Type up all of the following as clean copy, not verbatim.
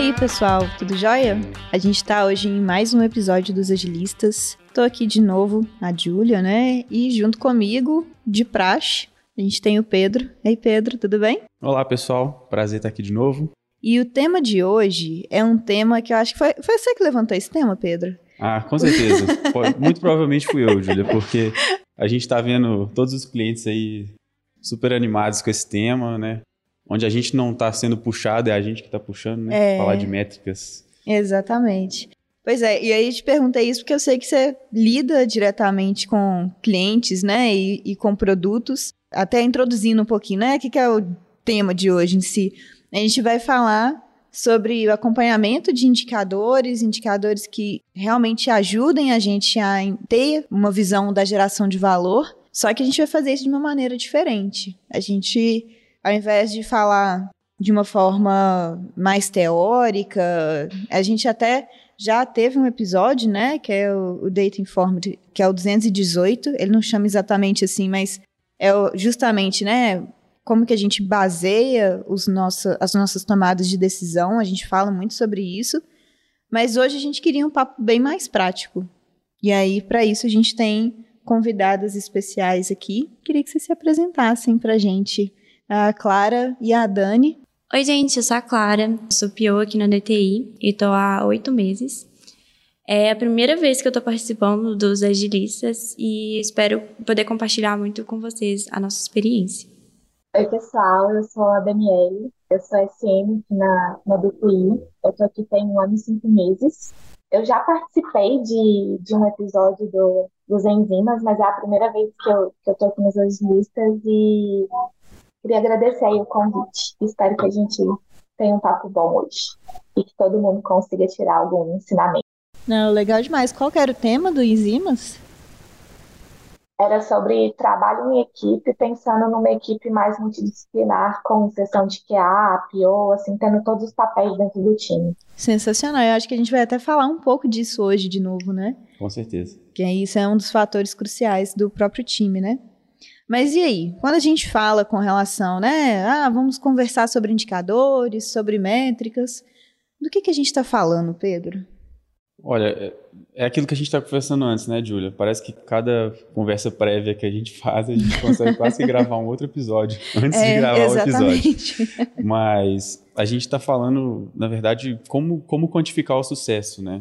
aí, pessoal, tudo jóia? A gente tá hoje em mais um episódio dos Agilistas. Tô aqui de novo, a Júlia, né? E junto comigo, de praxe, a gente tem o Pedro. Ei, Pedro, tudo bem? Olá, pessoal. Prazer estar aqui de novo. E o tema de hoje é um tema que eu acho que foi você que levantou esse tema, Pedro? Ah, com certeza. Muito provavelmente fui eu, Júlia, porque a gente tá vendo todos os clientes aí super animados com esse tema, né? Onde a gente não tá sendo puxado, é a gente que tá puxando, né? Falar de métricas. Exatamente. Pois é, e aí eu te perguntei isso porque eu sei que você lida diretamente com clientes, né? E com produtos. Até introduzindo um pouquinho, né? O que é o tema de hoje em si? A gente vai falar sobre o acompanhamento de indicadores que realmente ajudem a gente a ter uma visão da geração de valor, só que a gente vai fazer isso de uma maneira diferente. A gente, ao invés de falar de uma forma mais teórica, a gente até já teve um episódio, né, que é o Data Informed, que é o 218, ele não chama exatamente assim, mas é justamente, né, como que a gente baseia as nossas tomadas de decisão, a gente fala muito sobre isso, mas hoje a gente queria um papo bem mais prático. E aí, para isso, a gente tem convidadas especiais aqui. Queria que vocês se apresentassem pra gente, a Clara e a Dani. Oi, gente, eu sou a Clara, sou PO aqui na DTI e tô há 8 meses. É a primeira vez que eu tô participando dos Agilistas e espero poder compartilhar muito com vocês a nossa experiência. Oi, pessoal, eu sou a Daniele, eu sou SM aqui na DTI, eu tô aqui tem 1 ano e 5 meses. Eu já participei de um episódio dos Enzimas, mas é a primeira vez que eu tô aqui nos Agilistas e queria agradecer aí o convite. Espero que a gente tenha um papo bom hoje e que todo mundo consiga tirar algum ensinamento. Não, legal demais. Qual que era o tema do Enzimas? Era sobre trabalho em equipe, pensando numa equipe mais multidisciplinar, com sessão de QA, PO, assim, tendo todos os papéis dentro do time. Sensacional. Eu acho que a gente vai até falar um pouco disso hoje de novo, né? Com certeza. Que isso é um dos fatores cruciais do próprio time, né? Mas e aí? Quando a gente fala com relação, né? Vamos conversar sobre indicadores, sobre métricas. Do que a gente está falando, Pedro? Olha, é aquilo que a gente está conversando antes, né, Júlia? Parece que cada conversa prévia que a gente faz, a gente consegue quase que gravar um outro episódio antes de gravar exatamente. o episódio. Mas a gente está falando, na verdade, como quantificar o sucesso, né?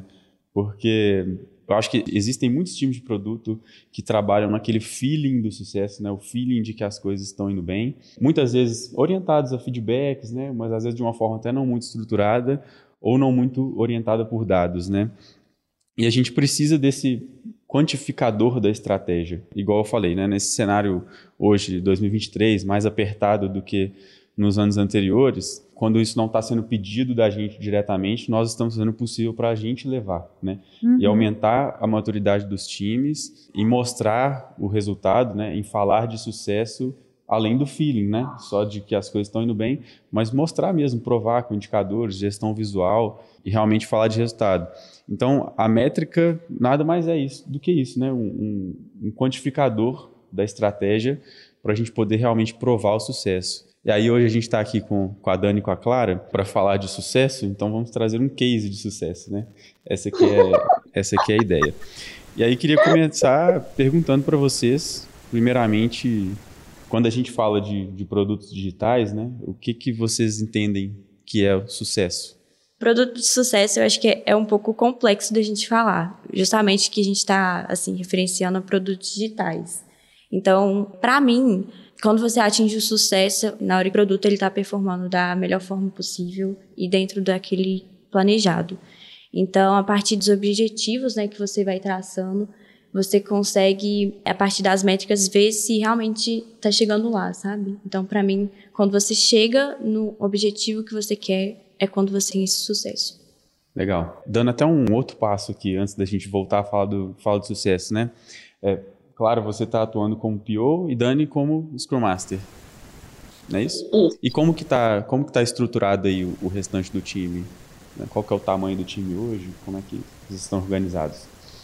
Porque eu acho que existem muitos times de produto que trabalham naquele feeling do sucesso, né? O feeling de que as coisas estão indo bem. Muitas vezes orientados a feedbacks, né? Mas às vezes de uma forma até não muito estruturada ou não muito orientada por dados, né? E a gente precisa desse quantificador da estratégia. Igual eu falei, né? Nesse cenário hoje, 2023, mais apertado do que nos anos anteriores, quando isso não está sendo pedido da gente diretamente, nós estamos fazendo o possível para a gente levar, né? E aumentar a maturidade dos times e mostrar o resultado, né? Em falar de sucesso além do feeling, né? Só de que as coisas estão indo bem, mas mostrar mesmo, provar com indicadores, gestão visual e realmente falar de resultado. Então, a métrica nada mais é isso do que isso, né? Um quantificador da estratégia para a gente poder realmente provar o sucesso. E aí hoje a gente está aqui com a Dani e com a Clara para falar de sucesso, então vamos trazer um case de sucesso, né? Essa aqui é a ideia. E aí queria começar perguntando para vocês, primeiramente, quando a gente fala de produtos digitais, né? O que vocês entendem que é o sucesso? Produto de sucesso eu acho que é um pouco complexo da gente falar, justamente que a gente está assim, referenciando a produtos digitais. Então, para mim, quando você atinge o sucesso, na hora que o produto está performando da melhor forma possível e dentro daquele planejado. Então, a partir dos objetivos, né, que você vai traçando, você consegue, a partir das métricas, ver se realmente está chegando lá, sabe? Então, para mim, quando você chega no objetivo que você quer, é quando você tem esse sucesso. Legal. Dando até um outro passo aqui, antes da gente voltar a falar do sucesso, né? Claro, você está atuando como PO e Dani como Scrum Master, não é isso? Isso. E como que tá estruturado aí o restante do time? Qual que é o tamanho do time hoje? Como é que vocês estão organizados?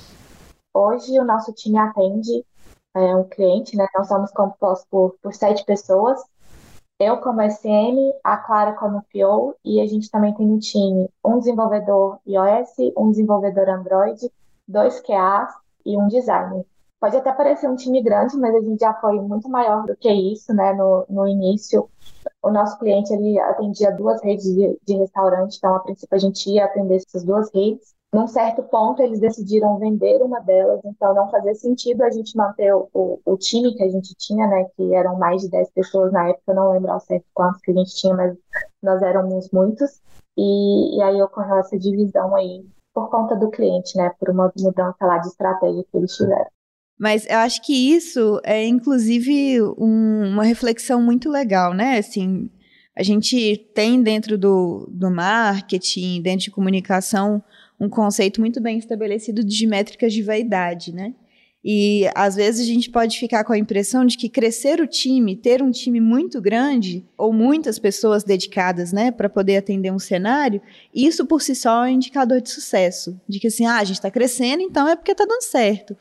Hoje o nosso time atende um cliente, né? Nós somos compostos por 7 pessoas. eu como SM, a Clara como PO, e a gente também tem no time um desenvolvedor iOS, um desenvolvedor Android, dois QAs e um designer. Pode até parecer um time grande, mas a gente já foi muito maior do que isso, né? No início, o nosso cliente ele atendia duas redes de restaurante, então a princípio a gente ia atender essas duas redes. Num certo ponto, eles decidiram vender uma delas, então não fazia sentido a gente manter o time que a gente tinha, né? Que eram mais de 10 pessoas na época, eu não lembro ao certo quantos que a gente tinha, mas nós éramos muitos. E aí ocorreu essa divisão aí por conta do cliente, né? Por uma mudança lá de estratégia que eles tiveram. Mas eu acho que isso é, inclusive, uma reflexão muito legal, né? Assim, a gente tem dentro do marketing, dentro de comunicação, um conceito muito bem estabelecido de métricas de vaidade, né? E, às vezes, a gente pode ficar com a impressão de que crescer o time, ter um time muito grande, ou muitas pessoas dedicadas, né, para poder atender um cenário, isso por si só é um indicador de sucesso. De que, assim, a gente está crescendo, então é porque está dando certo.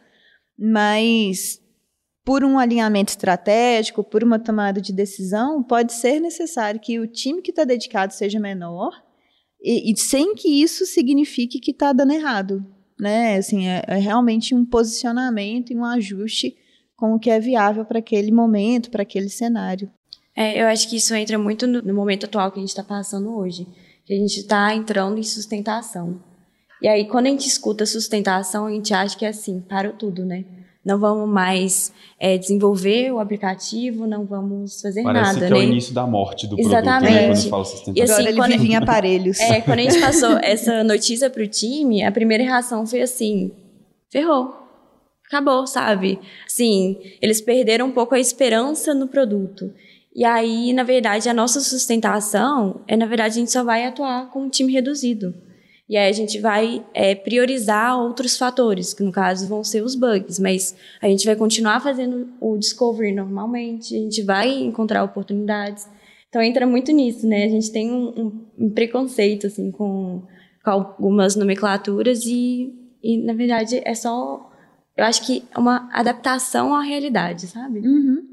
Mas, por um alinhamento estratégico, por uma tomada de decisão, pode ser necessário que o time que está dedicado seja menor e sem que isso signifique que está dando errado, né? Assim, é realmente um posicionamento e um ajuste com o que é viável para aquele momento, para aquele cenário. Eu acho que isso entra muito no momento atual que a gente está passando hoje, que a gente está entrando em sustentação. E aí, quando a gente escuta sustentação, a gente acha que é assim, parou tudo, né? Não vamos mais desenvolver o aplicativo, não vamos fazer nada, né? Parece que é o início da morte do produto, né? Quando fala sustentação. E assim, agora ele vive em aparelhos. Quando a gente passou essa notícia pro time, a primeira reação foi assim, ferrou, acabou, sabe? Assim, eles perderam um pouco a esperança no produto. E aí, na verdade, a nossa sustentação na verdade, a gente só vai atuar com um time reduzido. E aí a gente vai priorizar outros fatores, que no caso vão ser os bugs, mas a gente vai continuar fazendo o discovery normalmente, a gente vai encontrar oportunidades. Então entra muito nisso, né? A gente tem um preconceito assim, com algumas nomenclaturas e, na verdade, é só... Eu acho que é uma adaptação à realidade, sabe? Uhum.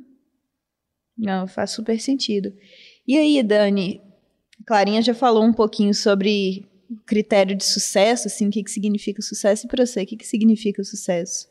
Não, faz super sentido. E aí, Dani, Clarinha já falou um pouquinho sobre critério de sucesso, assim, o que significa sucesso, e para você, o que significa o sucesso?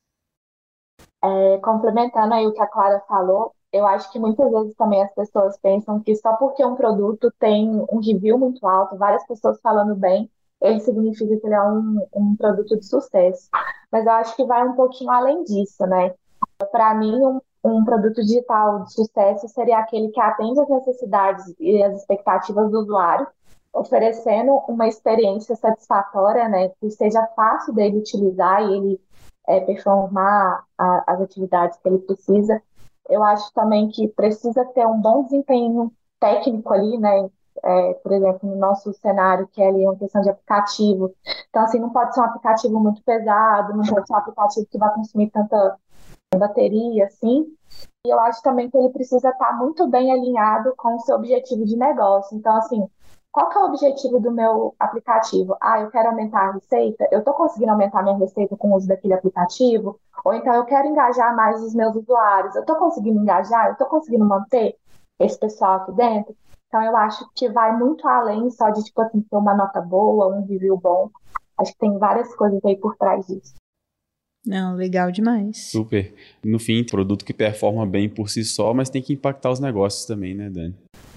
Complementando aí o que a Clara falou, eu acho que muitas vezes também as pessoas pensam que só porque um produto tem um review muito alto, várias pessoas falando bem, ele significa que ele é um produto de sucesso. Mas eu acho que vai um pouquinho além disso, né? Para mim, um produto digital de sucesso seria aquele que atende às necessidades e às expectativas do usuário, oferecendo uma experiência satisfatória, né, que seja fácil dele utilizar e ele performar as atividades que ele precisa. Eu acho também que precisa ter um bom desempenho técnico ali, né? Por exemplo, no nosso cenário, que é ali uma questão de aplicativo. Então, assim, não pode ser um aplicativo muito pesado, não pode ser um aplicativo que vai consumir tanta bateria, assim. E eu acho também que ele precisa estar muito bem alinhado com o seu objetivo de negócio. Então, assim, qual que é o objetivo do meu aplicativo? Eu quero aumentar a receita? Eu estou conseguindo aumentar minha receita com o uso daquele aplicativo? Ou então eu quero engajar mais os meus usuários? Eu estou conseguindo engajar? Eu estou conseguindo manter esse pessoal aqui dentro? Então eu acho que vai muito além só de, tipo assim, ter uma nota boa, um review bom. Acho que tem várias coisas aí por trás disso. Não, legal demais. Super. No fim, produto que performa bem por si só, mas tem que impactar os negócios também, né, Dani?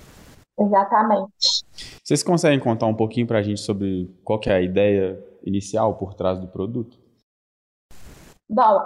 Exatamente. Vocês conseguem contar um pouquinho pra gente sobre qual que é a ideia inicial por trás do produto? Bom,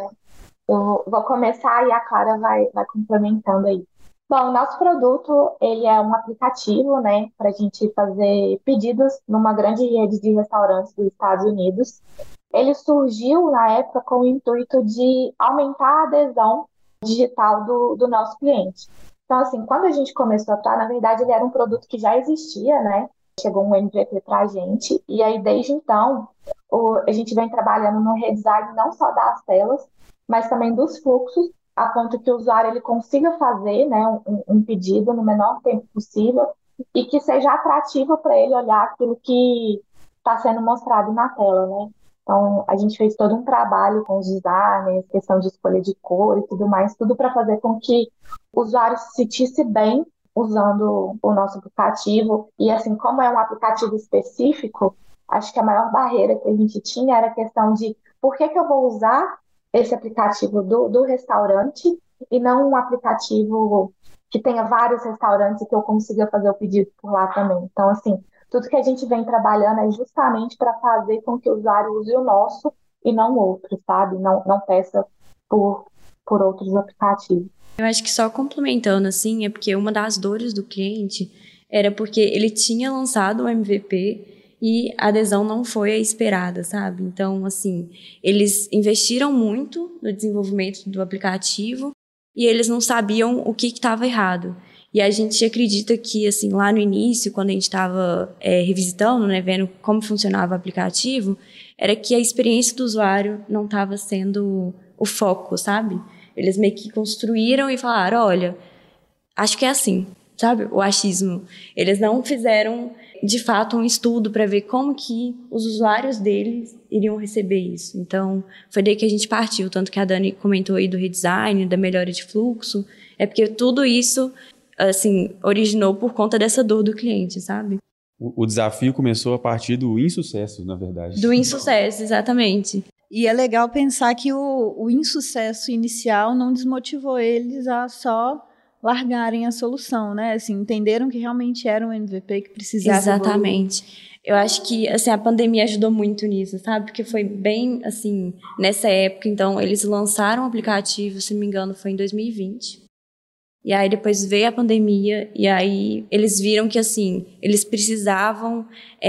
eu vou começar e a Clara vai complementando aí. Bom, o nosso produto, ele é um aplicativo, né, para a gente fazer pedidos numa grande rede de restaurantes dos Estados Unidos. Ele surgiu, na época, com o intuito de aumentar a adesão digital do nosso cliente. Então, assim, quando a gente começou a atuar, na verdade, ele era um produto que já existia, né? Chegou um MVP para a gente, e aí, desde então, a gente vem trabalhando no redesign não só das telas, mas também dos fluxos, a ponto que o usuário ele consiga fazer, né, um pedido no menor tempo possível e que seja atrativo para ele olhar aquilo que está sendo mostrado na tela, né? Então, a gente fez todo um trabalho com os designers, questão de escolha de cor e tudo mais, tudo para fazer com que o usuário se sentisse bem usando o nosso aplicativo. E assim, como é um aplicativo específico, acho que a maior barreira que a gente tinha era a questão de por que eu vou usar esse aplicativo do restaurante e não um aplicativo que tenha vários restaurantes e que eu consiga fazer o pedido por lá também. Então, assim, tudo que a gente vem trabalhando é justamente para fazer com que o usuário use o nosso e não outro, sabe? Não peça por outros aplicativos. Eu acho que só complementando, assim, é porque uma das dores do cliente era porque ele tinha lançado o MVP e a adesão não foi a esperada, sabe? Então, assim, eles investiram muito no desenvolvimento do aplicativo e eles não sabiam o que estava errado. E a gente acredita que, assim, lá no início, quando a gente estava revisitando, né, vendo como funcionava o aplicativo, era que a experiência do usuário não estava sendo o foco, sabe? Eles meio que construíram e falaram, olha, acho que é assim, sabe? O achismo. Eles não fizeram, de fato, um estudo para ver como que os usuários deles iriam receber isso. Então, foi daí que a gente partiu. Tanto que a Dani comentou aí do redesign, da melhora de fluxo. É porque tudo isso, assim, originou por conta dessa dor do cliente, sabe? O desafio começou a partir do insucesso, na verdade. Do insucesso, exatamente. E é legal pensar que o insucesso inicial não desmotivou eles a só largarem a solução, né? Assim, entenderam que realmente era um MVP que precisava Exatamente. Evoluir. Eu acho que, assim, a pandemia ajudou muito nisso, sabe? Porque foi bem, assim, nessa época. Então, eles lançaram o aplicativo, se não me engano, foi em 2020. E aí, depois veio a pandemia e aí eles viram que, assim, eles precisavam...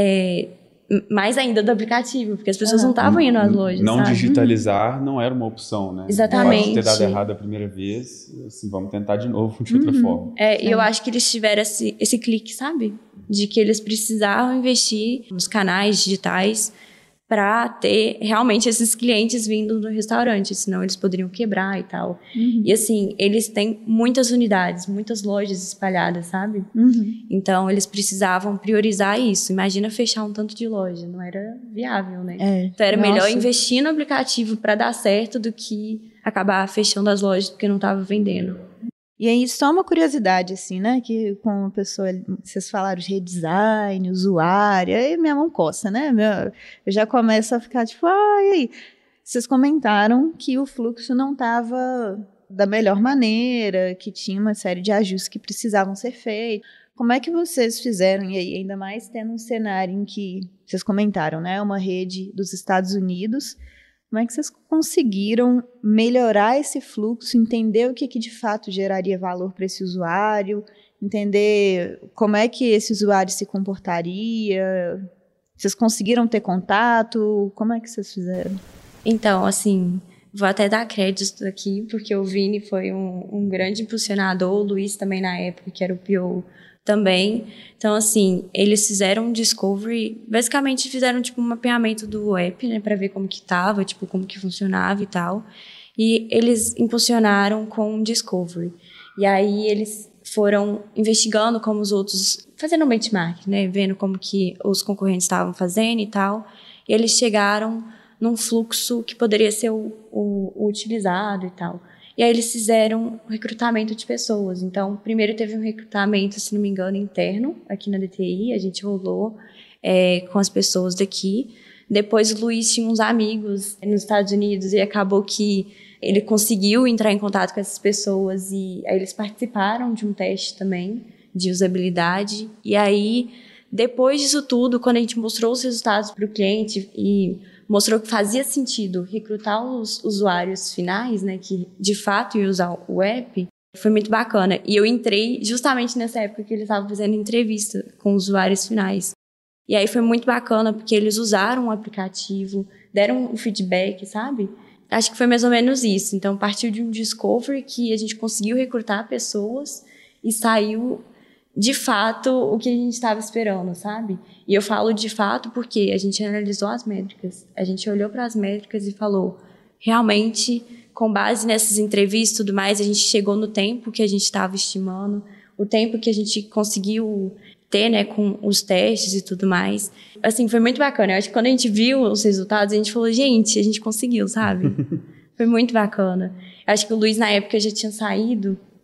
mais ainda do aplicativo, porque as pessoas não estavam indo às lojas, não sabe? digitalizar não era uma opção, né? Exatamente. Pode ter dado errado a primeira vez, assim, vamos tentar de novo, de outra forma. E eu acho que eles tiveram esse clique, sabe? De que eles precisavam investir nos canais digitais para ter realmente esses clientes vindo do restaurante, senão eles poderiam quebrar e tal. E assim, eles têm muitas unidades, muitas lojas espalhadas, sabe? Então, eles precisavam priorizar isso. Imagina fechar um tanto de loja, não era viável, né? Então, era melhor investir no aplicativo para dar certo do que acabar fechando as lojas porque não estava vendendo. E aí, só uma curiosidade, assim, né? Que com a pessoa, vocês falaram de redesign, usuário, aí minha mão coça, né? Eu já começo a ficar tipo, e aí? Vocês comentaram que o fluxo não estava da melhor maneira, que tinha uma série de ajustes que precisavam ser feitos. Como é que vocês fizeram, e aí, ainda mais tendo um cenário em que, vocês comentaram, né? Uma rede dos Estados Unidos. Como é que vocês conseguiram melhorar esse fluxo, entender o que de fato geraria valor para esse usuário, entender como é que esse usuário se comportaria? Vocês conseguiram ter contato? Como é que vocês fizeram? Então, assim, vou até dar crédito aqui, porque o Vini foi um grande impulsionador, o Luiz também na época, que era o PO também. Então, assim, eles fizeram um discovery, basicamente fizeram, tipo, um mapeamento do app, né, para ver como que tava, tipo, como que funcionava e tal. E eles impulsionaram com um discovery. E aí eles foram investigando como os outros, fazendo um benchmark, né, vendo como que os concorrentes estavam fazendo e tal. E eles chegaram num fluxo que poderia ser o utilizado e tal. E aí eles fizeram um recrutamento de pessoas. Então, primeiro teve um recrutamento, se não me engano, interno, aqui na DTI. A gente rolou com as pessoas daqui. Depois o Luiz tinha uns amigos nos Estados Unidos e acabou que ele conseguiu entrar em contato com essas pessoas e aí eles participaram de um teste também de usabilidade. E aí, depois disso tudo, quando a gente mostrou os resultados para o cliente e mostrou que fazia sentido recrutar os usuários finais, né, que de fato iam usar o app, foi muito bacana. E eu entrei justamente nessa época que eles estavam fazendo entrevista com os usuários finais. E aí foi muito bacana, porque eles usaram o aplicativo, deram um feedback, sabe? Acho que foi mais ou menos isso. Então, partiu de um discovery que a gente conseguiu recrutar pessoas e saiu, de fato, o que a gente estava esperando, sabe? E eu falo de fato porque a gente analisou as métricas. A gente olhou para as métricas e falou, realmente, com base nessas entrevistas e tudo mais, a gente chegou no tempo que a gente estava estimando, o tempo que a gente conseguiu ter, né, com os testes e tudo mais. Assim, foi muito bacana. Eu acho que quando a gente viu os resultados, a gente falou, gente, a gente conseguiu, sabe? Foi muito bacana. Eu acho que o Luiz, na época, já tinha saído.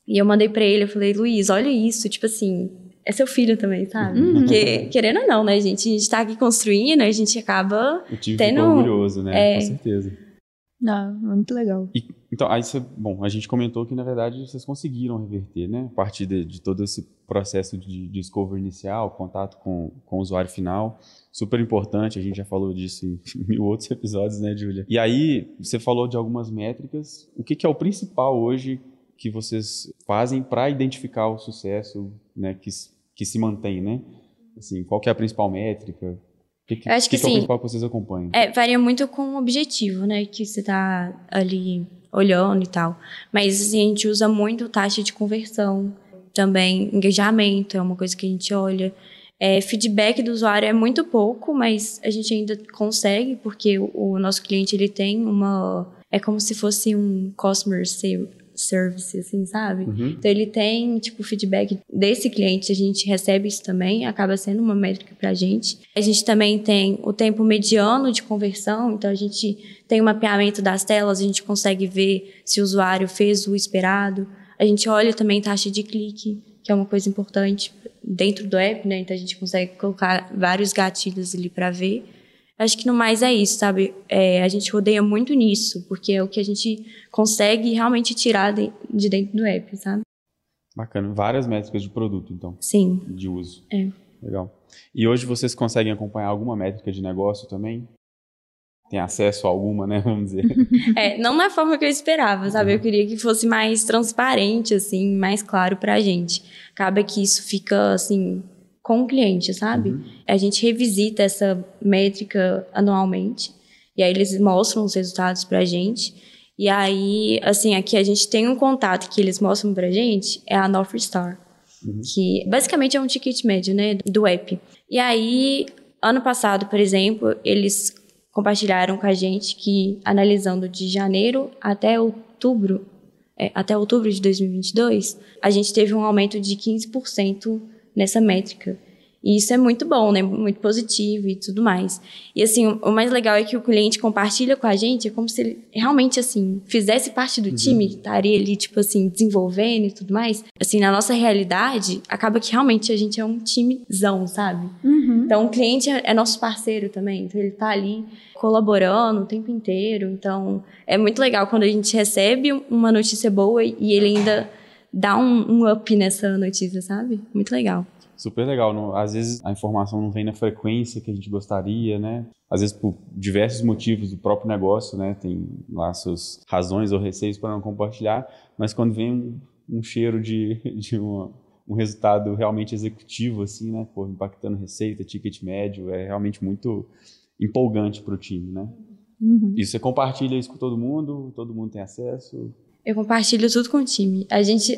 E eu mandei pra ele, eu falei, Luiz, olha isso, tipo assim, é seu filho também, sabe? Porque, querendo ou não, né, gente? A gente tá aqui construindo, a gente acaba O time tendo... ficou orgulhoso, né? Com certeza. Não, muito legal. Então, aí bom, a gente comentou que, na verdade, vocês conseguiram reverter, né? A partir de todo esse processo de discovery inicial, contato com o usuário final, super importante, a gente já falou disso em 1000 outros episódios, né, Júlia? E aí, você falou de algumas métricas. O que é o principal hoje que vocês fazem para identificar o sucesso, né, que se mantém, né? Assim, qual que é a principal métrica? Eu acho que é o principal que vocês acompanham? Varia muito com o objetivo, né? Que você tá ali olhando e tal. Mas, assim, a gente usa muito taxa de conversão. Também, engajamento é uma coisa que a gente olha. Feedback do usuário é muito pouco, mas a gente ainda consegue, porque o nosso cliente, ele tem uma... É como se fosse um customer service, assim, sabe? Então, ele tem, tipo, feedback desse cliente, a gente recebe isso também, acaba sendo uma métrica pra gente. A gente também tem o tempo mediano de conversão, então a gente tem o mapeamento das telas, a gente consegue ver se o usuário fez o esperado. A gente olha também taxa de clique, que é uma coisa importante dentro do app, né? Então, a gente consegue colocar vários gatilhos ali pra ver. Acho que no mais é isso, sabe? A gente rodeia muito nisso, porque é o que a gente consegue realmente tirar de dentro do app, sabe? Bacana. Várias métricas de produto, então. Sim. De uso. Legal. E hoje vocês conseguem acompanhar alguma métrica de negócio também? Tem acesso a alguma, né? Vamos dizer. Não na forma que eu esperava, sabe? Eu queria que fosse mais transparente, assim, mais claro pra gente. Acaba que isso fica, assim... com o cliente, sabe? A gente revisita essa métrica anualmente, e aí eles mostram os resultados pra gente, e aí, assim, aqui a gente tem um contato que eles mostram pra gente, é a North Star, que basicamente é um ticket médio, né, do app. E aí, ano passado, por exemplo, eles compartilharam com a gente que, analisando de janeiro até outubro de 2022, a gente teve um aumento de 15% nessa métrica. E isso é muito bom, né? Muito positivo e tudo mais. E, assim, o mais legal é que o cliente compartilha com a gente, é como se ele realmente, assim, fizesse parte do time, que estaria ali, tipo assim, desenvolvendo e tudo mais. Assim, na nossa realidade, acaba que realmente a gente é um timezão, sabe? Então, o cliente é nosso parceiro também. Então, ele tá ali colaborando o tempo inteiro. Então, é muito legal quando a gente recebe uma notícia boa e ele ainda dá um up nessa notícia, sabe? Muito legal. Super legal. Às vezes a informação não vem na frequência que a gente gostaria, né? Às vezes por diversos motivos do próprio negócio, né? Tem lá suas razões ou receios para não compartilhar, mas quando vem um cheiro de um resultado realmente executivo, assim, né? Pô, impactando receita, ticket médio, é realmente muito empolgante para o time, né? E você compartilha isso com todo mundo tem acesso... Eu compartilho tudo com o time. A gente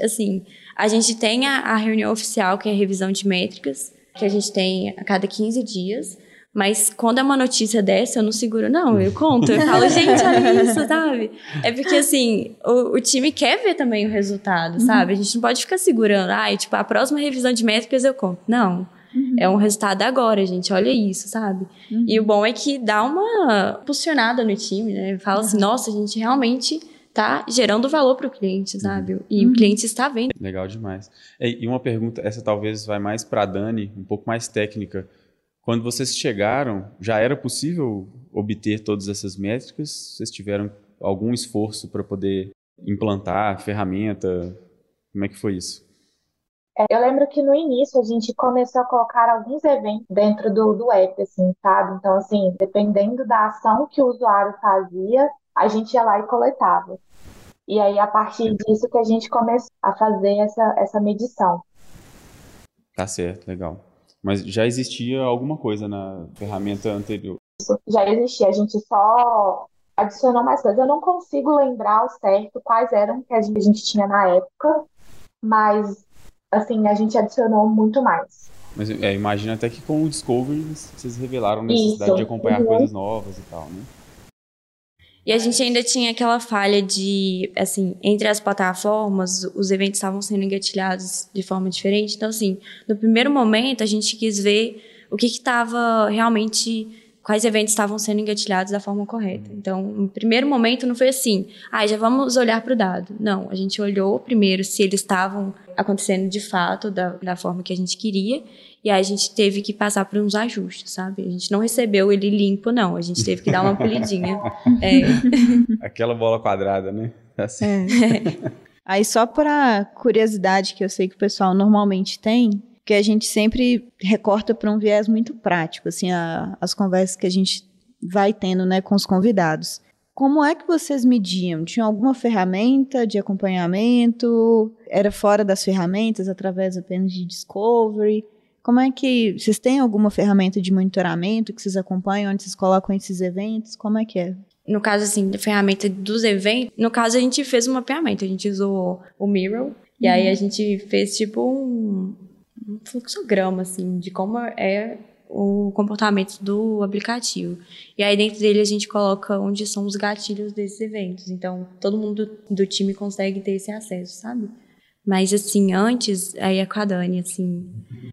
tem a reunião oficial, que é a revisão de métricas, que a gente tem a cada 15 dias, mas quando é uma notícia dessa, eu não seguro, não, eu conto, eu falo, gente, olha isso, sabe? É porque, assim, o time quer ver também o resultado, sabe? A gente não pode ficar segurando, tipo, a próxima revisão de métricas eu conto. Não, é um resultado agora, gente, olha isso, sabe? E o bom é que dá uma impulsionada no time, né? Fala assim, nossa, a gente realmente... tá gerando valor para o cliente, sabe? E o cliente está vendo. Legal demais. E uma pergunta, essa talvez vai mais para a Dani, um pouco mais técnica. Quando vocês chegaram, já era possível obter todas essas métricas? Vocês tiveram algum esforço para poder implantar a ferramenta? Como é que foi isso? Eu lembro que no início a gente começou a colocar alguns eventos dentro do app, assim, sabe? Então, assim, dependendo da ação que o usuário fazia, a gente ia lá e coletava. E aí, a partir disso que a gente começou a fazer essa medição. Tá certo, legal. Mas já existia alguma coisa na ferramenta anterior? Isso já existia, a gente só adicionou mais coisas. Eu não consigo lembrar ao certo quais eram que a gente tinha na época, mas, assim, a gente adicionou muito mais. Mas imagino até que com o Discovery vocês revelaram a necessidade de acompanhar coisas novas e tal, né? E a gente ainda tinha aquela falha de, assim, entre as plataformas, os eventos estavam sendo engatilhados de forma diferente. Então, assim, no primeiro momento, a gente quis ver o que estava realmente quais eventos estavam sendo engatilhados da forma correta. Então, no primeiro momento não foi assim, já vamos olhar para o dado. Não, a gente olhou primeiro se eles estavam acontecendo de fato da forma que a gente queria, e aí a gente teve que passar por uns ajustes, sabe? A gente não recebeu ele limpo, não. A gente teve que dar uma polidinha. Aquela bola quadrada, né? Assim. Aí só para curiosidade que eu sei que o pessoal normalmente tem, que a gente sempre recorta para um viés muito prático, assim, as conversas que a gente vai tendo, né, com os convidados. Como é que vocês mediam? Tinha alguma ferramenta de acompanhamento? Era fora das ferramentas, através apenas de discovery? Como é que... Vocês têm alguma ferramenta de monitoramento que vocês acompanham, onde vocês colocam esses eventos? Como é que é? No caso, assim, da ferramenta dos eventos, no caso, a gente fez um mapeamento. A gente usou o Miro, e aí a gente fez, tipo, um fluxograma, assim, de como é o comportamento do aplicativo. E aí, dentro dele, a gente coloca onde são os gatilhos desses eventos. Então, todo mundo do time consegue ter esse acesso, sabe? Mas, assim, antes, aí é com a Dani, assim...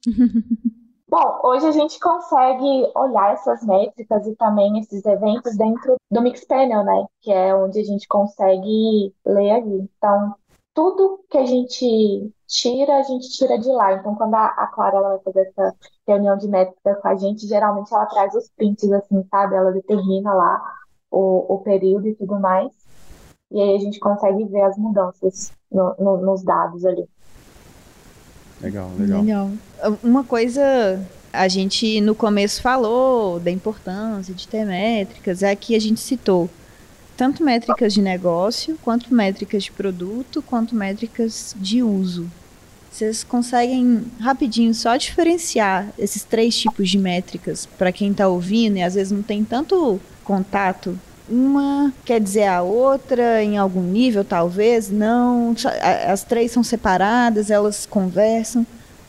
Bom, hoje a gente consegue olhar essas métricas e também esses eventos dentro do Mixpanel, né? Que é onde a gente consegue ler ali. Então, tudo que a gente tira de lá. Então, quando a Clara ela vai fazer essa reunião de métrica com a gente, geralmente ela traz os prints, assim, sabe? Ela determina lá o período e tudo mais. E aí a gente consegue ver as mudanças nos dados ali. Legal. Uma coisa, a gente no começo falou da importância de ter métricas, é que a gente citou tanto métricas de negócio, quanto métricas de produto, quanto métricas de uso. Vocês conseguem rapidinho só diferenciar esses 3 tipos de métricas para quem está ouvindo e às vezes não tem tanto contato? Uma quer dizer a outra em algum nível, talvez, não. As 3 são separadas, elas conversam.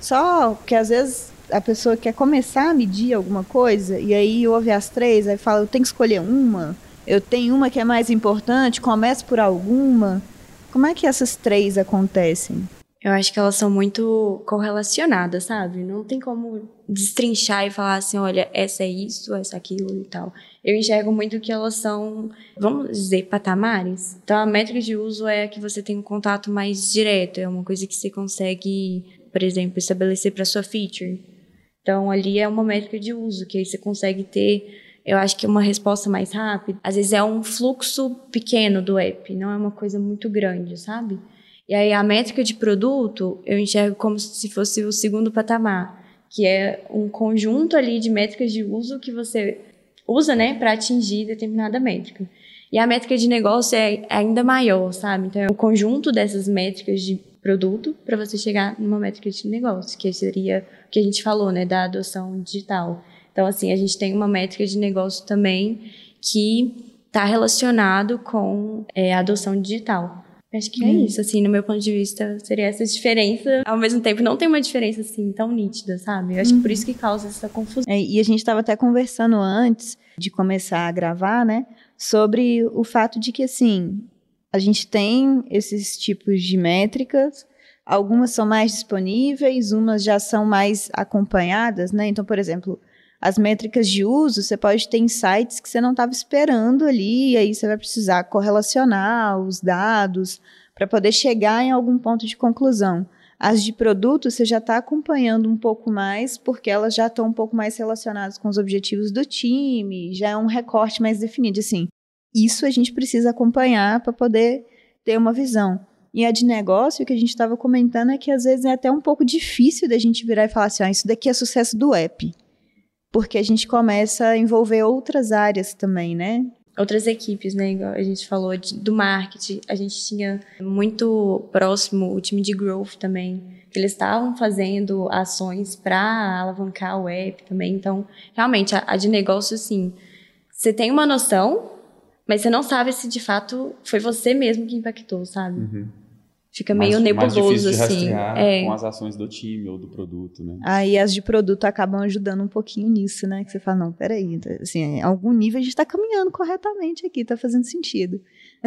Só que às vezes a pessoa quer começar a medir alguma coisa e aí ouve as 3, aí fala, eu tenho que escolher uma, eu tenho uma que é mais importante, começo por alguma. Como é que essas 3 acontecem? Eu acho que elas são muito correlacionadas, sabe? Não tem como destrinchar e falar assim, olha, essa é isso, essa é aquilo e tal. Eu enxergo muito que elas são, vamos dizer, patamares. Então, a métrica de uso é a que você tem um contato mais direto. É uma coisa que você consegue, por exemplo, estabelecer para sua feature. Então, ali é uma métrica de uso, que aí você consegue ter, eu acho que uma resposta mais rápida. Às vezes é um fluxo pequeno do app, não é uma coisa muito grande, sabe? E aí a métrica de produto eu enxergo como se fosse o segundo patamar, que é um conjunto ali de métricas de uso que você usa, né, para atingir determinada métrica. E a métrica de negócio é ainda maior, sabe? Então é um conjunto dessas métricas de produto para você chegar numa métrica de negócio, que seria o que a gente falou, né, da adoção digital. Então, assim, a gente tem uma métrica de negócio também que está relacionado com a adoção digital. Acho que é isso, assim, no meu ponto de vista, seria essa diferença. Ao mesmo tempo, não tem uma diferença, assim, tão nítida, sabe? Eu acho que por isso que causa essa confusão. E a gente estava até conversando antes de começar a gravar, né? Sobre o fato de que, assim, a gente tem esses tipos de métricas, algumas são mais disponíveis, umas já são mais acompanhadas, né? Então, por exemplo, as métricas de uso, você pode ter insights que você não estava esperando ali, e aí você vai precisar correlacionar os dados para poder chegar em algum ponto de conclusão. As de produto, você já está acompanhando um pouco mais, porque elas já estão um pouco mais relacionadas com os objetivos do time, já é um recorte mais definido, assim. Isso a gente precisa acompanhar para poder ter uma visão. E a de negócio, o que a gente estava comentando é que às vezes é até um pouco difícil da gente virar e falar assim, isso daqui é sucesso do app. Porque a gente começa a envolver outras áreas também, né? Outras equipes, né? Igual a gente falou do marketing. A gente tinha muito próximo o time de growth também. Que eles estavam fazendo ações para alavancar o app também. Então, realmente, a de negócio, assim, você tem uma noção, mas você não sabe se de fato foi você mesmo que impactou, sabe? Uhum. Fica meio nebuloso, mais difícil de assim. rastrear com as ações do time ou do produto, né? Aí as de produto acabam ajudando um pouquinho nisso, né? Que você fala, não, peraí, assim, em algum nível a gente está caminhando corretamente aqui, está fazendo sentido.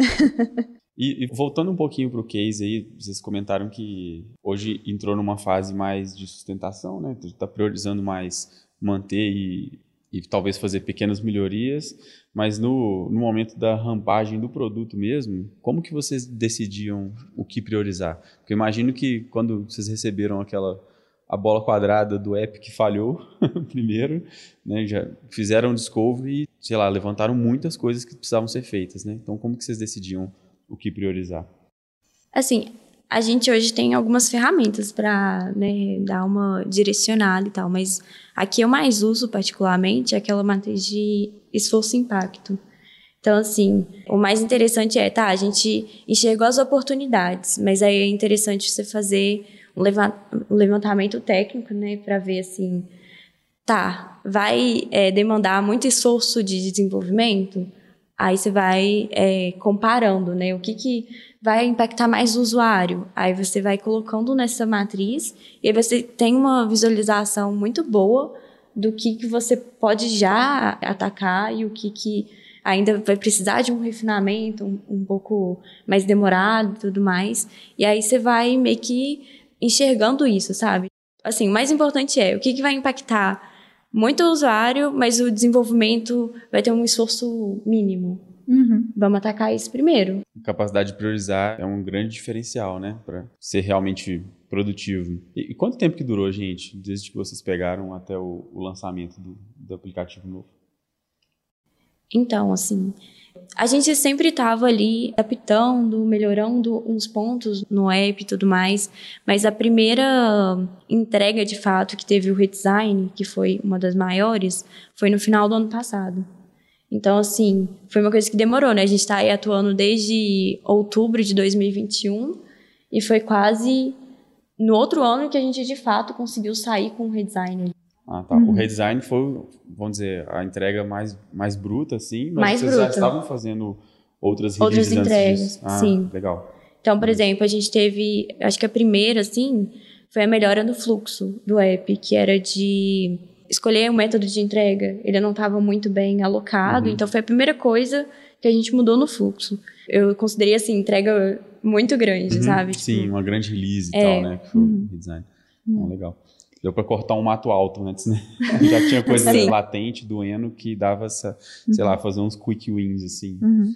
E voltando um pouquinho para o case aí, vocês comentaram que hoje entrou numa fase mais de sustentação, né? Está priorizando mais manter e talvez fazer pequenas melhorias, mas no momento da rampagem do produto mesmo, como que vocês decidiam o que priorizar? Porque eu imagino que quando vocês receberam a bola quadrada do app que falhou primeiro, né, já fizeram o discovery e, sei lá, levantaram muitas coisas que precisavam ser feitas, né? Então, como que vocês decidiam o que priorizar? Assim, a gente hoje tem algumas ferramentas para, né, dar uma direcionada e tal, mas a que eu mais uso particularmente é aquela matriz de esforço e impacto. Então, assim, o mais interessante a gente enxergou as oportunidades, mas aí é interessante você fazer um levantamento técnico, né, para ver, assim, vai demandar muito esforço de desenvolvimento? Aí você vai comparando, né, o que vai impactar mais o usuário. Aí você vai colocando nessa matriz e aí você tem uma visualização muito boa do que você pode já atacar e o que ainda vai precisar de um refinamento um pouco mais demorado e tudo mais. E aí você vai meio que enxergando isso, sabe? Assim, o mais importante é o que vai impactar muito o usuário, mas o desenvolvimento vai ter um esforço mínimo. Uhum. Vamos atacar isso primeiro. A capacidade de priorizar é um grande diferencial, né? Para ser realmente produtivo. E quanto tempo que durou, gente, desde que vocês pegaram até o lançamento do aplicativo novo? Então, assim, a gente sempre estava ali adaptando, melhorando uns pontos no app e tudo mais, mas a primeira entrega, de fato, que teve o redesign, que foi uma das maiores, foi no final do ano passado. Então, assim, foi uma coisa que demorou, né? A gente está aí atuando desde outubro de 2021 e foi quase no outro ano que a gente, de fato, conseguiu sair com o redesign. Ah, tá. O redesign foi, vamos dizer, a entrega mais bruta, assim, mas mais vocês bruta. já estavam fazendo outras Outras entregas, antes disso. sim. Legal. Então, por exemplo, a gente teve, acho que a primeira, assim, foi a melhora no fluxo do app, que era de escolher o método de entrega. Ele não estava muito bem alocado, então foi a primeira coisa que a gente mudou no fluxo. Eu considerei, assim, entrega muito grande, sabe? Sim, uma grande release e tal, né? Que foi o redesign. Legal. Deu para cortar um mato alto antes, né? Já tinha coisa latente, doendo, que dava essa, sei lá, fazer uns quick wins, assim.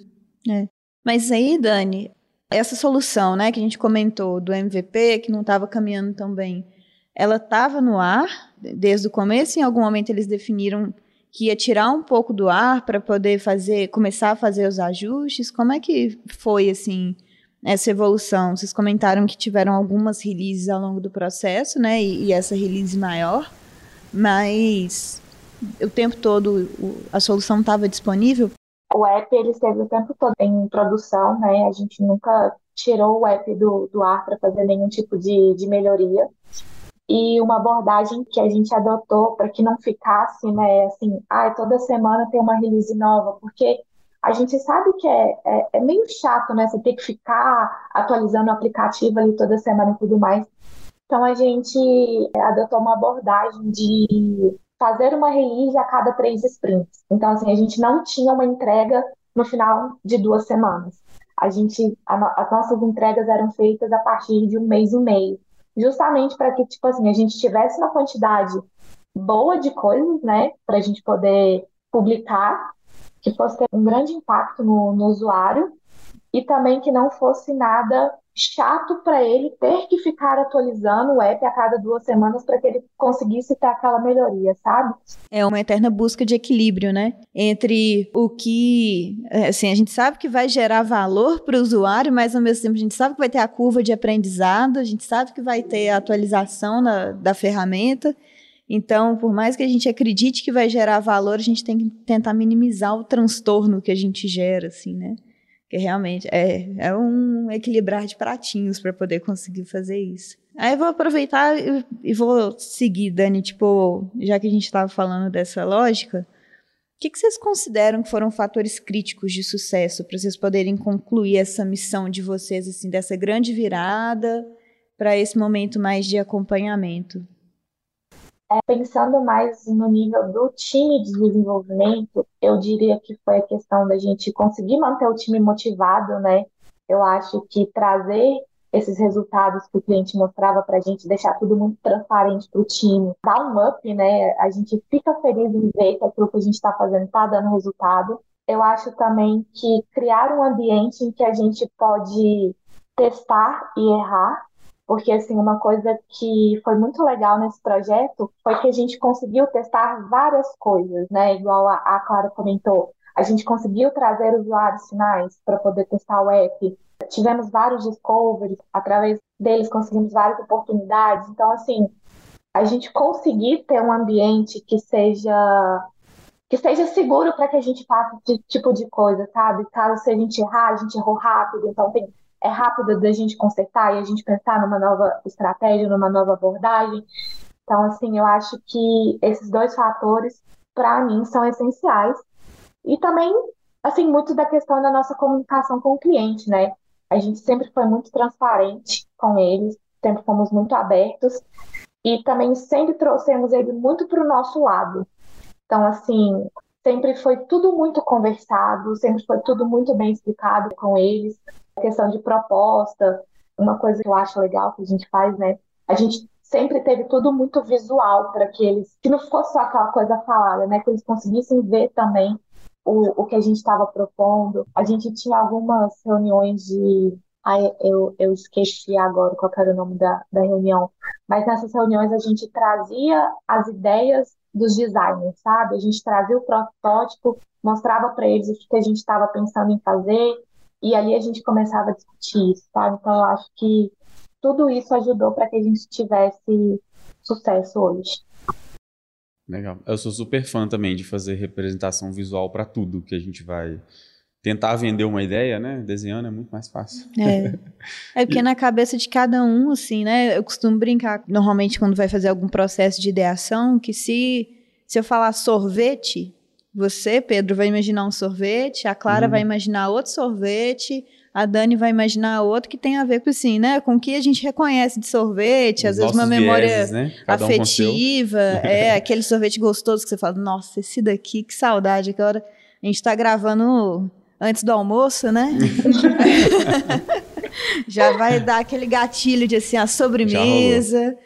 Mas aí, Dani, essa solução, né, que a gente comentou do MVP, que não estava caminhando tão bem, ela estava no ar desde o começo? Em algum momento eles definiram que ia tirar um pouco do ar para poder começar a fazer os ajustes? Como é que foi, assim, essa evolução? Vocês comentaram que tiveram algumas releases ao longo do processo, né, e essa release maior, mas o tempo todo a solução estava disponível? O app, ele esteve o tempo todo em produção, né? A gente nunca tirou o app do ar para fazer nenhum tipo de melhoria. E uma abordagem que a gente adotou para que não ficasse, né, assim, toda semana tem uma release nova, porque a gente sabe que é meio chato, né, você ter que ficar atualizando o aplicativo ali toda semana e tudo mais. Então a gente adotou uma abordagem de fazer uma release a cada 3 sprints. Então, assim, a gente não tinha uma entrega no final de 2 semanas. As nossas entregas eram feitas a partir de 1 mês e meio. Justamente para que, tipo assim, a gente tivesse uma quantidade boa de coisas, né, para a gente poder publicar, que fosse ter um grande impacto no usuário e também que não fosse nada chato para ele ter que ficar atualizando o app a cada 2 semanas para que ele conseguisse ter aquela melhoria, sabe? É uma eterna busca de equilíbrio, né? Entre o que, assim, a gente sabe que vai gerar valor para o usuário, mas ao mesmo tempo a gente sabe que vai ter a curva de aprendizado, a gente sabe que vai ter a atualização da ferramenta. Então, por mais que a gente acredite que vai gerar valor, a gente tem que tentar minimizar o transtorno que a gente gera, assim, né? Porque realmente é um equilibrar de pratinhos para poder conseguir fazer isso. Aí eu vou aproveitar e vou seguir, Dani, tipo, já que a gente estava falando dessa lógica, o que vocês consideram que foram fatores críticos de sucesso para vocês poderem concluir essa missão de vocês, assim, dessa grande virada para esse momento mais de acompanhamento? Pensando mais no nível do time de desenvolvimento, eu diria que foi a questão da gente conseguir manter o time motivado, né? Eu acho que trazer esses resultados que o cliente mostrava para a gente, deixar tudo muito transparente para o time, dar um up, né? A gente fica feliz em ver que aquilo que a gente está fazendo está dando resultado. Eu acho também que criar um ambiente em que a gente pode testar e errar, porque assim, uma coisa que foi muito legal nesse projeto foi que a gente conseguiu testar várias coisas, né? Igual a Clara comentou, a gente conseguiu trazer usuários finais para poder testar o app. Tivemos vários discoveries, através deles conseguimos várias oportunidades. Então, assim, a gente conseguir ter um ambiente que seja seguro para que a gente faça esse tipo de coisa, sabe? Caso se a gente errar, a gente errou rápido, então é rápido da gente consertar e a gente pensar numa nova estratégia, numa nova abordagem. Então, assim, eu acho que esses dois fatores, para mim, são essenciais. E também, assim, muito da questão da nossa comunicação com o cliente, né? A gente sempre foi muito transparente com eles, sempre fomos muito abertos e também sempre trouxemos ele muito para o nosso lado. Então, assim, sempre foi tudo muito conversado, sempre foi tudo muito bem explicado com eles. A questão de proposta, uma coisa que eu acho legal que a gente faz, né? A gente sempre teve tudo muito visual para que eles, que não fosse só aquela coisa falada, né? Que eles conseguissem ver também o que a gente estava propondo. A gente tinha algumas reuniões de... Ai, eu esqueci agora qual era o nome da reunião, mas nessas reuniões a gente trazia as ideias dos designers, sabe? A gente trazia o protótipo, mostrava para eles o que a gente estava pensando em fazer, e ali a gente começava a discutir isso, sabe? Então eu acho que tudo isso ajudou para que a gente tivesse sucesso hoje. Legal. Eu sou super fã também de fazer representação visual para tudo que a gente vai tentar vender uma ideia, né? Desenhando é muito mais fácil. É porque na cabeça de cada um, assim, né? Eu costumo brincar, normalmente, quando vai fazer algum processo de ideação, que se eu falar sorvete, você, Pedro, vai imaginar um sorvete, a Clara vai imaginar outro sorvete, a Dani vai imaginar outro que tem a ver com, assim, né? Com o que a gente reconhece de sorvete, às vezes uma memória vieses, né? afetiva, aquele sorvete gostoso que você fala, nossa, esse daqui, que saudade, agora a gente tá gravando antes do almoço, né? Já vai dar aquele gatilho de, assim, a sobremesa.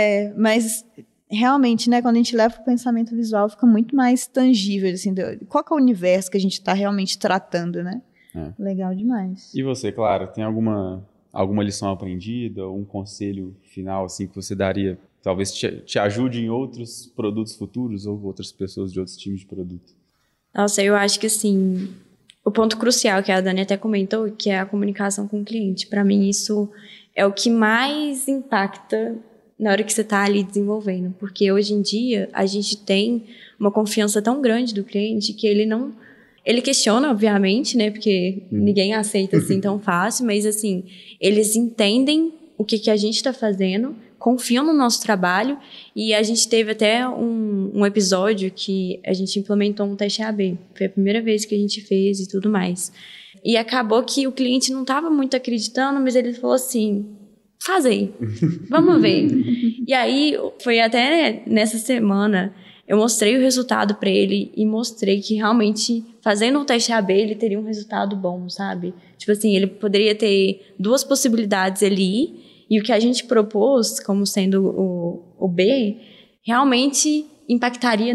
Mas realmente, né, quando a gente leva o pensamento visual, fica muito mais tangível, assim, qual que é o universo que a gente está realmente tratando, né? Legal demais. E você, Clara, tem alguma lição aprendida, ou um conselho final, assim, que você daria, talvez te ajude em outros produtos futuros, ou outras pessoas de outros times de produto? Nossa, eu acho que, assim, o ponto crucial que a Dani até comentou, que é a comunicação com o cliente. Para mim, isso é o que mais impacta na hora que você está ali desenvolvendo. Porque hoje em dia, a gente tem uma confiança tão grande do cliente que ele não... Ele questiona, obviamente, né? Porque ninguém aceita assim tão fácil. Mas, assim, eles entendem o que a gente está fazendo, confiam no nosso trabalho. E a gente teve até um episódio que a gente implementou um teste AB. Foi a primeira vez que a gente fez e tudo mais. E acabou que o cliente não estava muito acreditando, mas ele falou assim, faz aí, vamos ver. E aí, foi até nessa semana, eu mostrei o resultado para ele e mostrei que realmente, fazendo um teste AB, ele teria um resultado bom, sabe? Tipo assim, ele poderia ter 2 possibilidades ali. E o que a gente propôs, como sendo o B, realmente impactaria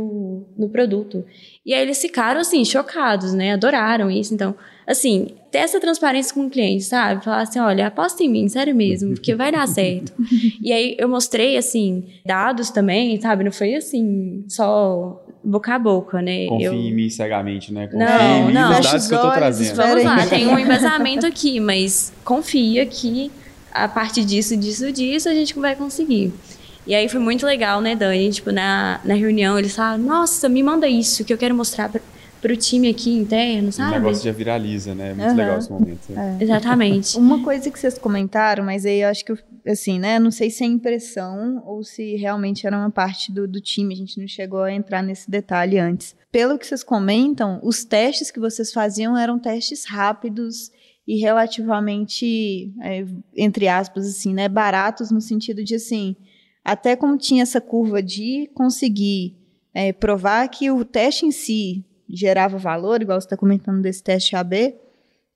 no produto. E aí eles ficaram, assim, chocados, né? Adoraram isso. Então, assim, ter essa transparência com o cliente, sabe? Falar assim, olha, aposta em mim, sério mesmo, porque vai dar certo. E aí eu mostrei, assim, dados também, sabe? Não foi, assim, só boca a boca, né? Confie em mim cegamente, né? Confie não, em mim não. nos dados que eu tô trazendo. Vamos lá, tem um embasamento aqui, mas confia que a partir disso, a gente vai conseguir. E aí foi muito legal, né, Dani? Tipo, na reunião, eles falaram, nossa, me manda isso, que eu quero mostrar pro time aqui interno, sabe? O negócio já viraliza, né? É muito legal esse momento. Exatamente. Uma coisa que vocês comentaram, mas aí eu acho que, assim, né, não sei se é impressão ou se realmente era uma parte do time, a gente não chegou a entrar nesse detalhe antes. Pelo que vocês comentam, os testes que vocês faziam eram testes rápidos e relativamente, entre aspas, assim, né, baratos no sentido de, assim, até como tinha essa curva de conseguir provar que o teste em si gerava valor, igual você está comentando desse teste AB,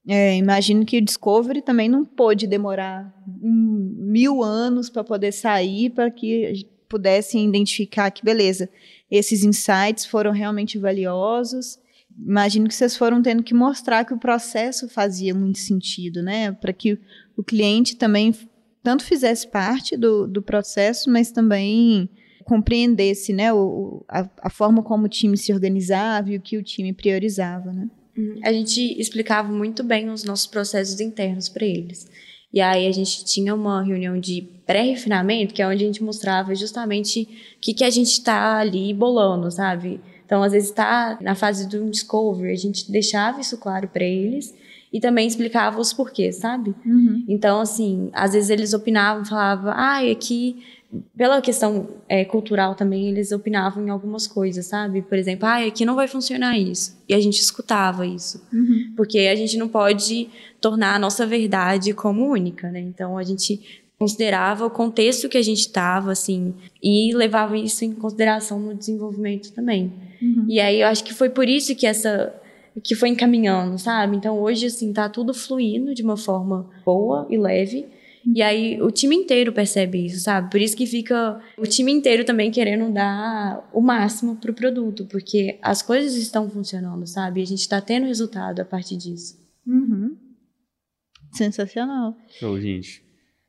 Imagino que o Discovery também não pôde demorar 1000 anos para poder sair, para que pudessem identificar que, beleza, esses insights foram realmente valiosos. Imagino que vocês foram tendo que mostrar que o processo fazia muito sentido, né? Para que o cliente também tanto fizesse parte do processo, mas também compreendesse, né, a forma como o time se organizava e o que o time priorizava, né? A gente explicava muito bem os nossos processos internos para eles. E aí a gente tinha uma reunião de pré-refinamento, que é onde a gente mostrava justamente o que a gente está ali bolando, sabe? Então, às vezes está na fase do discovery, a gente deixava isso claro para eles e também explicava os porquês, sabe? Uhum. Então, assim, às vezes eles opinavam, falavam, aqui, pela questão cultural também, eles opinavam em algumas coisas, sabe? Por exemplo, aqui não vai funcionar isso. E a gente escutava isso. Uhum. Porque a gente não pode tornar a nossa verdade como única, né? Então, a gente considerava o contexto que a gente estava, assim, e levava isso em consideração no desenvolvimento também. Uhum. E aí, eu acho que foi por isso que foi encaminhando, sabe? Então, hoje, assim, tá tudo fluindo de uma forma boa e leve. E aí, o time inteiro percebe isso, sabe? Por isso que fica o time inteiro também querendo dar o máximo pro produto, porque as coisas estão funcionando, sabe? E a gente tá tendo resultado a partir disso. Uhum. Sensacional. Show, gente.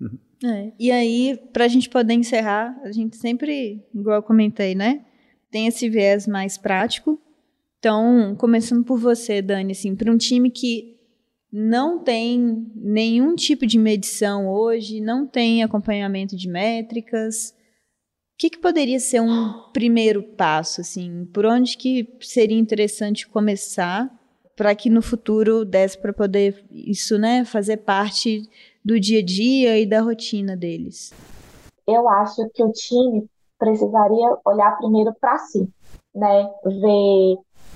E aí, pra gente poder encerrar, a gente sempre, igual eu comentei, né? Tem esse viés mais prático. Então, começando por você, Dani, assim, para um time que não tem nenhum tipo de medição hoje, não tem acompanhamento de métricas, o que poderia ser um primeiro passo, assim? Por onde que seria interessante começar para que no futuro desse para poder isso, né, fazer parte do dia a dia e da rotina deles? Eu acho que o time precisaria olhar primeiro para si, né? Ver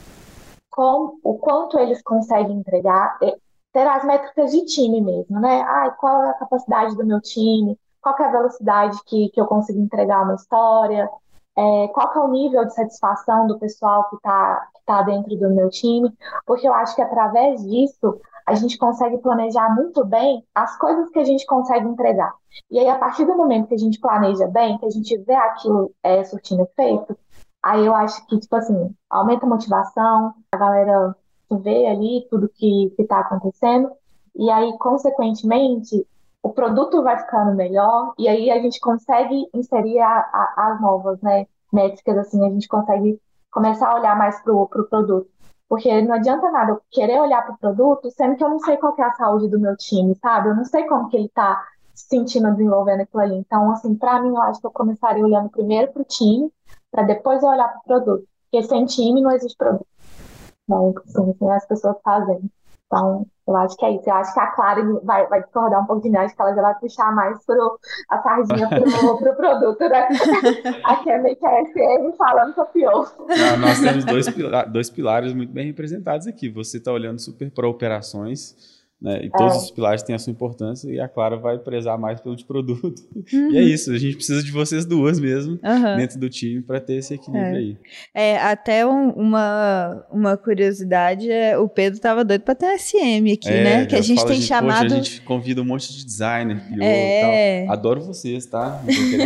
o quanto eles conseguem entregar, ter as métricas de time mesmo, né? Qual é a capacidade do meu time? Qual que é a velocidade que eu consigo entregar uma história? Qual que é o nível de satisfação do pessoal que tá dentro do meu time? Porque eu acho que através disso a gente consegue planejar muito bem as coisas que a gente consegue entregar. E aí, a partir do momento que a gente planeja bem, que a gente vê aquilo surtindo efeito, aí eu acho que, tipo assim, aumenta a motivação, a galera vê ali tudo que está acontecendo, e aí, consequentemente, o produto vai ficando melhor, e aí a gente consegue inserir as novas, né, métricas, assim, a gente consegue começar a olhar mais pro produto. Porque não adianta nada eu querer olhar pro produto, sendo que eu não sei qual que é a saúde do meu time, sabe? Eu não sei como que ele tá se sentindo desenvolvendo aquilo ali. Então, assim, pra mim, eu acho que eu começaria olhando primeiro pro time, para depois eu olhar pro produto. Porque sem time não existe produto. Não, assim, as pessoas fazem. Então, eu acho que é isso. Eu acho que a Clara vai discordar um pouco de mim. Acho que ela já vai puxar mais a sardinha pro produto, né? Aqui é meio que a SM falando copiou. Nós temos dois pilares muito bem representados aqui. Você está olhando super para operações, né? E todos os pilares têm a sua importância, e a Clara vai prezar mais pelo de produto. Uhum. E é isso, a gente precisa de vocês duas mesmo, dentro do time, para ter esse equilíbrio aí. Até uma curiosidade, o Pedro estava doido para ter um SM aqui, né? Que a gente tem chamado... Poxa, a gente convida um monte de designer, e tal. Adoro vocês, tá?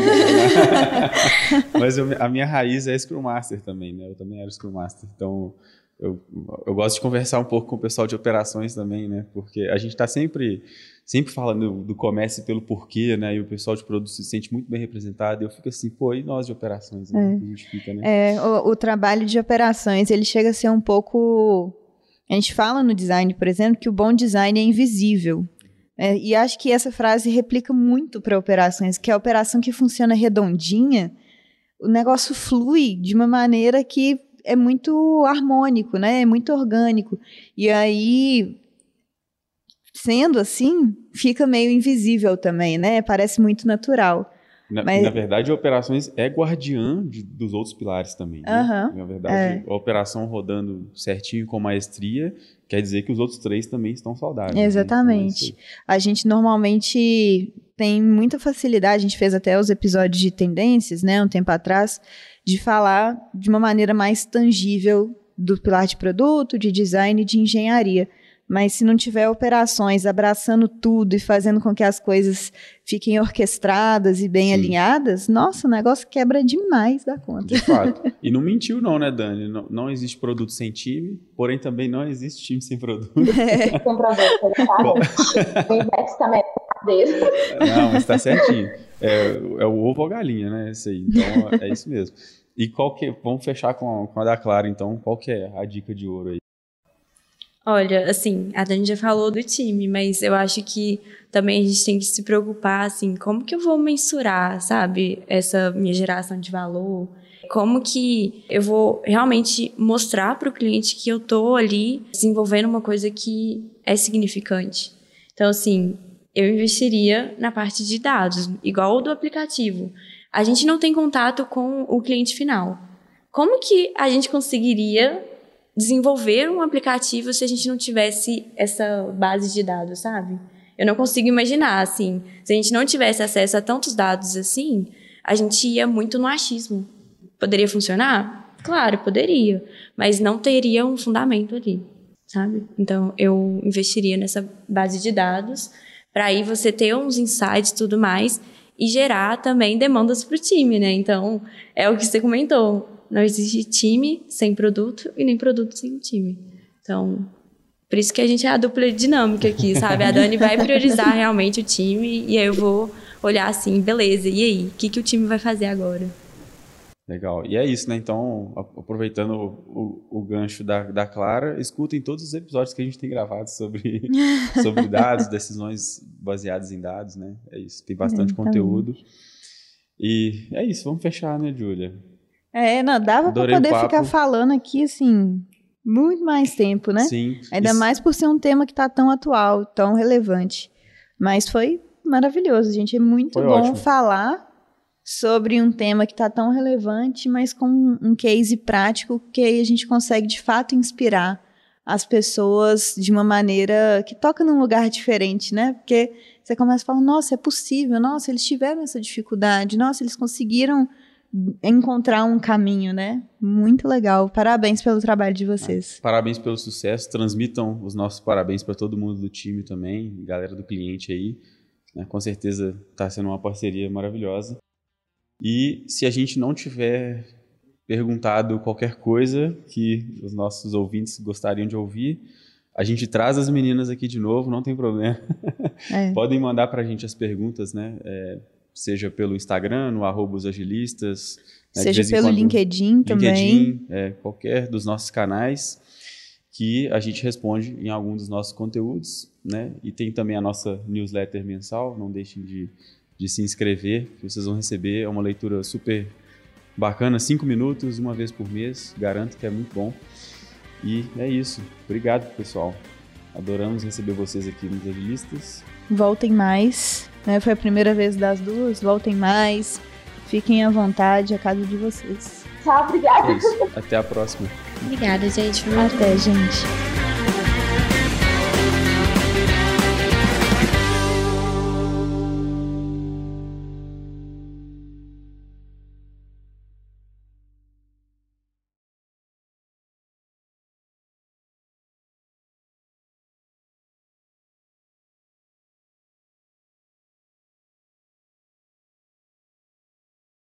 Mas a minha raiz é Scrum Master também, né? Eu também era Scrum Master, então... Eu gosto de conversar um pouco com o pessoal de operações também, né? Porque a gente está sempre falando do comércio pelo porquê, né? E o pessoal de produto se sente muito bem representado. E eu fico assim, e nós de operações? Né? A gente fica, né? O trabalho de operações, ele chega a ser um pouco... A gente fala no design, por exemplo, que o bom design é invisível. E acho que essa frase replica muito para operações, que a operação que funciona redondinha, o negócio flui de uma maneira que é muito harmônico, né? É muito orgânico. E aí, sendo assim, fica meio invisível também, né? Parece muito natural. Na verdade, a operações é guardiã dos outros pilares também. Né? Na verdade, a operação rodando certinho com maestria quer dizer que os outros 3 também estão saudáveis. Exatamente. Né? Então, a gente normalmente tem muita facilidade, a gente fez até os episódios de tendências, né, um tempo atrás, de falar de uma maneira mais tangível do pilar de produto, de design e de engenharia. Mas se não tiver operações abraçando tudo e fazendo com que as coisas fiquem orquestradas e bem alinhadas, nossa, o negócio quebra demais da conta. De fato. E não mentiu não, né, Dani? Não existe produto sem time, porém também não existe time sem produto. Sem produto, exatamente. O inverso também é dele. Não, mas tá certinho. É o ovo ou a galinha, né? Isso aí. Então, é isso mesmo. E vamos fechar com a da Clara, então. Qual que é a dica de ouro aí? Olha, assim, a Dani já falou do time, mas eu acho que também a gente tem que se preocupar, assim, como que eu vou mensurar, sabe, essa minha geração de valor? Como que eu vou realmente mostrar para o cliente que eu tô ali desenvolvendo uma coisa que é significante? Então, assim, eu investiria na parte de dados, igual o do aplicativo. A gente não tem contato com o cliente final. Como que a gente conseguiria desenvolver um aplicativo se a gente não tivesse essa base de dados, sabe? Eu não consigo imaginar, assim, se a gente não tivesse acesso a tantos dados assim, a gente ia muito no achismo. Poderia funcionar? Claro, poderia, mas não teria um fundamento ali, sabe? Então, eu investiria nessa base de dados para aí você ter uns insights e tudo mais e gerar também demandas para o time, né? Então, é o que você comentou. Não existe time sem produto e nem produto sem time. Então, por isso que a gente é a dupla dinâmica aqui, sabe? A Dani vai priorizar realmente o time e aí eu vou olhar assim, beleza, e aí? O que o time vai fazer agora? Legal. E é isso, né? Então, aproveitando o gancho da Clara, escutem todos os episódios que a gente tem gravado sobre dados, decisões baseadas em dados, né? É isso. Tem bastante conteúdo. E é isso. Vamos fechar, né, Júlia? Não, dava para poder ficar falando aqui, assim, muito mais tempo, né? Sim. Ainda mais por ser um tema que tá tão atual, tão relevante. Mas foi maravilhoso, gente. É muito bom ótimo falar sobre um tema que tá tão relevante, mas com um case prático que aí a gente consegue, de fato, inspirar as pessoas de uma maneira que toca num lugar diferente, né? Porque você começa a falar, nossa, é possível, nossa, eles tiveram essa dificuldade, nossa, eles conseguiram encontrar um caminho, né? Muito legal. Parabéns pelo trabalho de vocês. Parabéns pelo sucesso. Transmitam os nossos parabéns para todo mundo do time também, galera do cliente aí. Né? Com certeza está sendo uma parceria maravilhosa. E se a gente não tiver perguntado qualquer coisa que os nossos ouvintes gostariam de ouvir, a gente traz as meninas aqui de novo, não tem problema. Podem mandar para a gente as perguntas, né? Seja pelo Instagram, no @osagilistas. Seja pelo LinkedIn também. Qualquer dos nossos canais que a gente responde em algum dos nossos conteúdos, né? E tem também a nossa newsletter mensal, não deixem de se inscrever, que vocês vão receber. É uma leitura super bacana, 5 minutos, uma vez por mês, garanto que é muito bom. E é isso. Obrigado, pessoal. Adoramos receber vocês aqui nos Agilistas. Voltem mais, né? Foi a primeira vez das duas, voltem mais, fiquem à vontade, a casa de vocês. Tchau, obrigada. É isso. Até a próxima. Obrigada, gente. Até, gente.